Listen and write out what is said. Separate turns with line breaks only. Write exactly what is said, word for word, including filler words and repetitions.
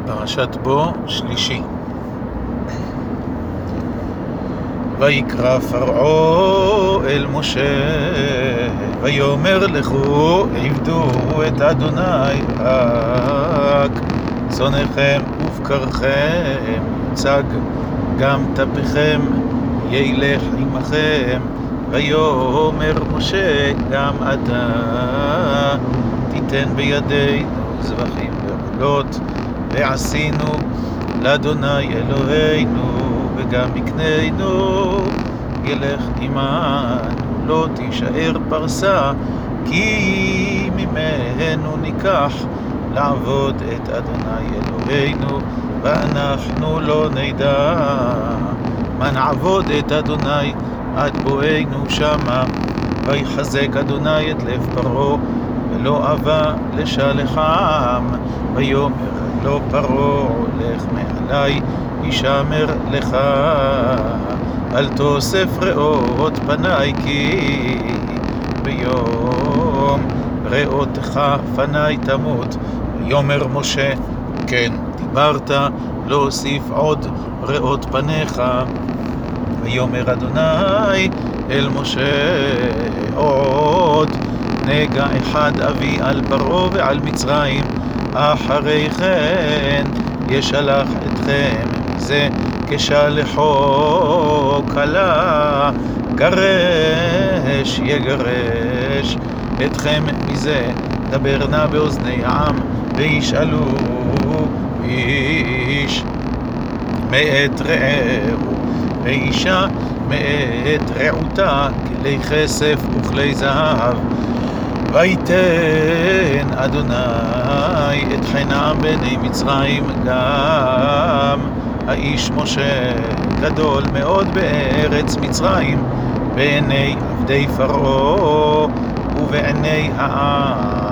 פרשת בו שלישי. ויקרא פרעה אל משה ויאמר לכו עבדו את אדוני רק צונכם ובקרכם יוצג גם טפכם ילך עמכם. ויאמר משה גם אתה תיתן בידינו זבחים ועולות ועשינו לאדוני אלוהינו וגם מקננו ילך עמנו לא תישאר פרסה כי ממנו ניקח לעבוד את אדוני אלוהינו ואנחנו לא נדע מה נעבוד את אדוני עד בואנו שמה. ויחזק אדוני את לב פרעה ולא אבה לשלחם. ויאמר לו פרעה לך מעלי ישמר לך אל תוסף ראות פני כי ביום ראותך פני תמות. ויאמר משה כן דיברת להוסיף עוד ראות פניך. ויאמר אדוני אל משה עוד נגע אחד אבי על פרעה ועל מצרים אחרי כן ישלח אתכם מזה כשלחו כלה גרש יגרש אתכם מזה. דבר נא באוזני העם וישאלו איש מאת רעהו ואישה מאת רעותה כלי כסף וכלי זהב. ויתן אדוני את חינם בני מצרים גם האיש משה גדול מאוד בארץ מצרים בעיני עבדי פרעה ובעיני העם